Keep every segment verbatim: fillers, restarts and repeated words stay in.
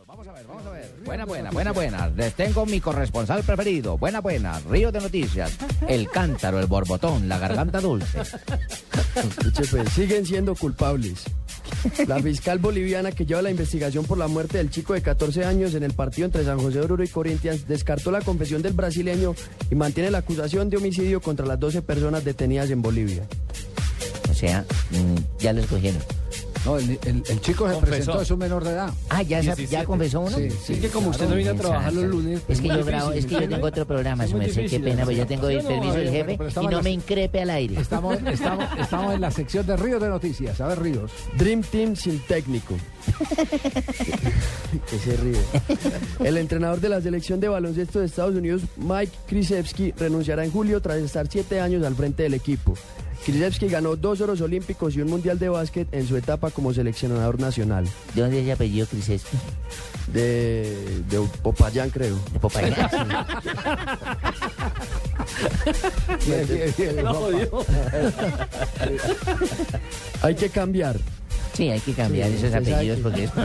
Vamos a ver, vamos a ver. Buena, buena, buena, buena. Les tengo mi corresponsal preferido. Buena, buena. Río de Noticias. El cántaro, el borbotón, la garganta dulce. Escuche, siguen siendo culpables. La fiscal boliviana que lleva la investigación por la muerte del chico de catorce años en el partido entre San José de Oruro y Corinthians descartó la confesión del brasileño y mantiene la acusación de homicidio contra las doce personas detenidas en Bolivia. O sea, mmm, ya lo escogieron. No, el, el, el chico se Confesó. presentó, es un menor de edad. Ah, ¿ya, esa- ya confesó uno? Sí, Sí, que como usted no viene a trabajar los lunes, Es que muy yo grabo, difícil, es que yo ¿entiende? tengo otro programa, Es su muy merced, qué difícil, pena, pues ¿sí? yo tengo el Sí, no, permiso del Javier, jefe pero y estamos no en me la- increpe al aire. Estamos, estamos, estamos en la sección de Ríos de Noticias. A ver, Ríos. Dream Team sin técnico. Que se ríe. El entrenador de la selección de baloncesto de Estados Unidos, Mike Krzyzewski, renunciará en julio tras estar siete años al frente del equipo. Krzyzewski ganó dos oros olímpicos y un mundial de básquet en su etapa como seleccionador nacional. ¿De dónde es el apellido Krzyzewski? De, de Popayán, creo. De Popayán. Bien, bien, bien, No, papá. jodió. Hay que cambiar. Sí, hay que cambiar Sí, esos usted sabe apellidos que- porque es...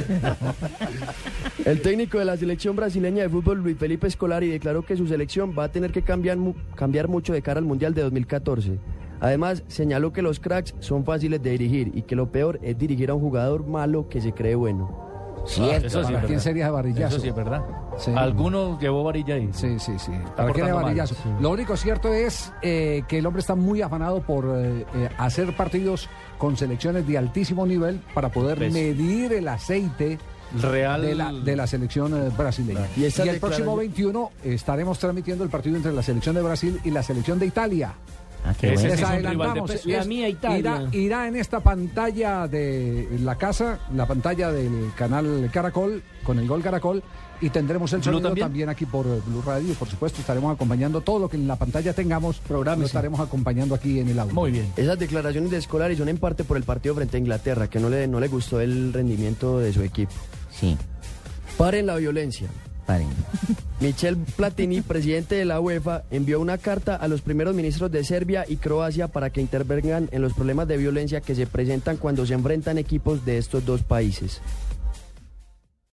El técnico de la selección brasileña de fútbol, Luis Felipe Scolari, declaró que su selección va a tener que cambiar, mu- cambiar mucho de cara al Mundial de dos mil catorce. Además, señaló que los cracks son fáciles de dirigir y que lo peor es dirigir a un jugador malo que se cree bueno. Cierto. Eso sí ¿Para es quién verdad. sería ese varillazo? Eso sí es verdad. Sí. Alguno llevó varilla ahí. Sí, sí, sí. ¿Para qué portando de mal, varillazo? sí. Lo único cierto es eh, que el hombre está muy afanado por eh, eh, hacer partidos con selecciones de altísimo nivel para poder Pues- medir el aceite Real. de la, de la selección eh, brasileña. Y Y, esa el declaración- próximo veintiuno estaremos transmitiendo el partido entre la selección de Brasil y la selección de Italia. Ah, qué Ese bueno. sí Les es un rival de adelantamos. peso. La mía Italia. Irá, irá en esta pantalla de la casa, la pantalla del canal Caracol, con el gol Caracol, y tendremos el ¿Blue sonido también? también? aquí por eh, Blue Radio. Por supuesto, estaremos acompañando todo lo que en la pantalla tengamos. Prográmese. Lo estaremos acompañando aquí en el audio. Muy bien. Esas declaraciones de Scolari son en parte por el partido frente a Inglaterra, que no le, no le gustó el rendimiento de su equipo. Sí, Paren la violencia. paren. Michel Platini, presidente de la UEFA, envió una carta a los primeros ministros de Serbia y Croacia para que intervengan en los problemas de violencia que se presentan cuando se enfrentan equipos de estos dos países.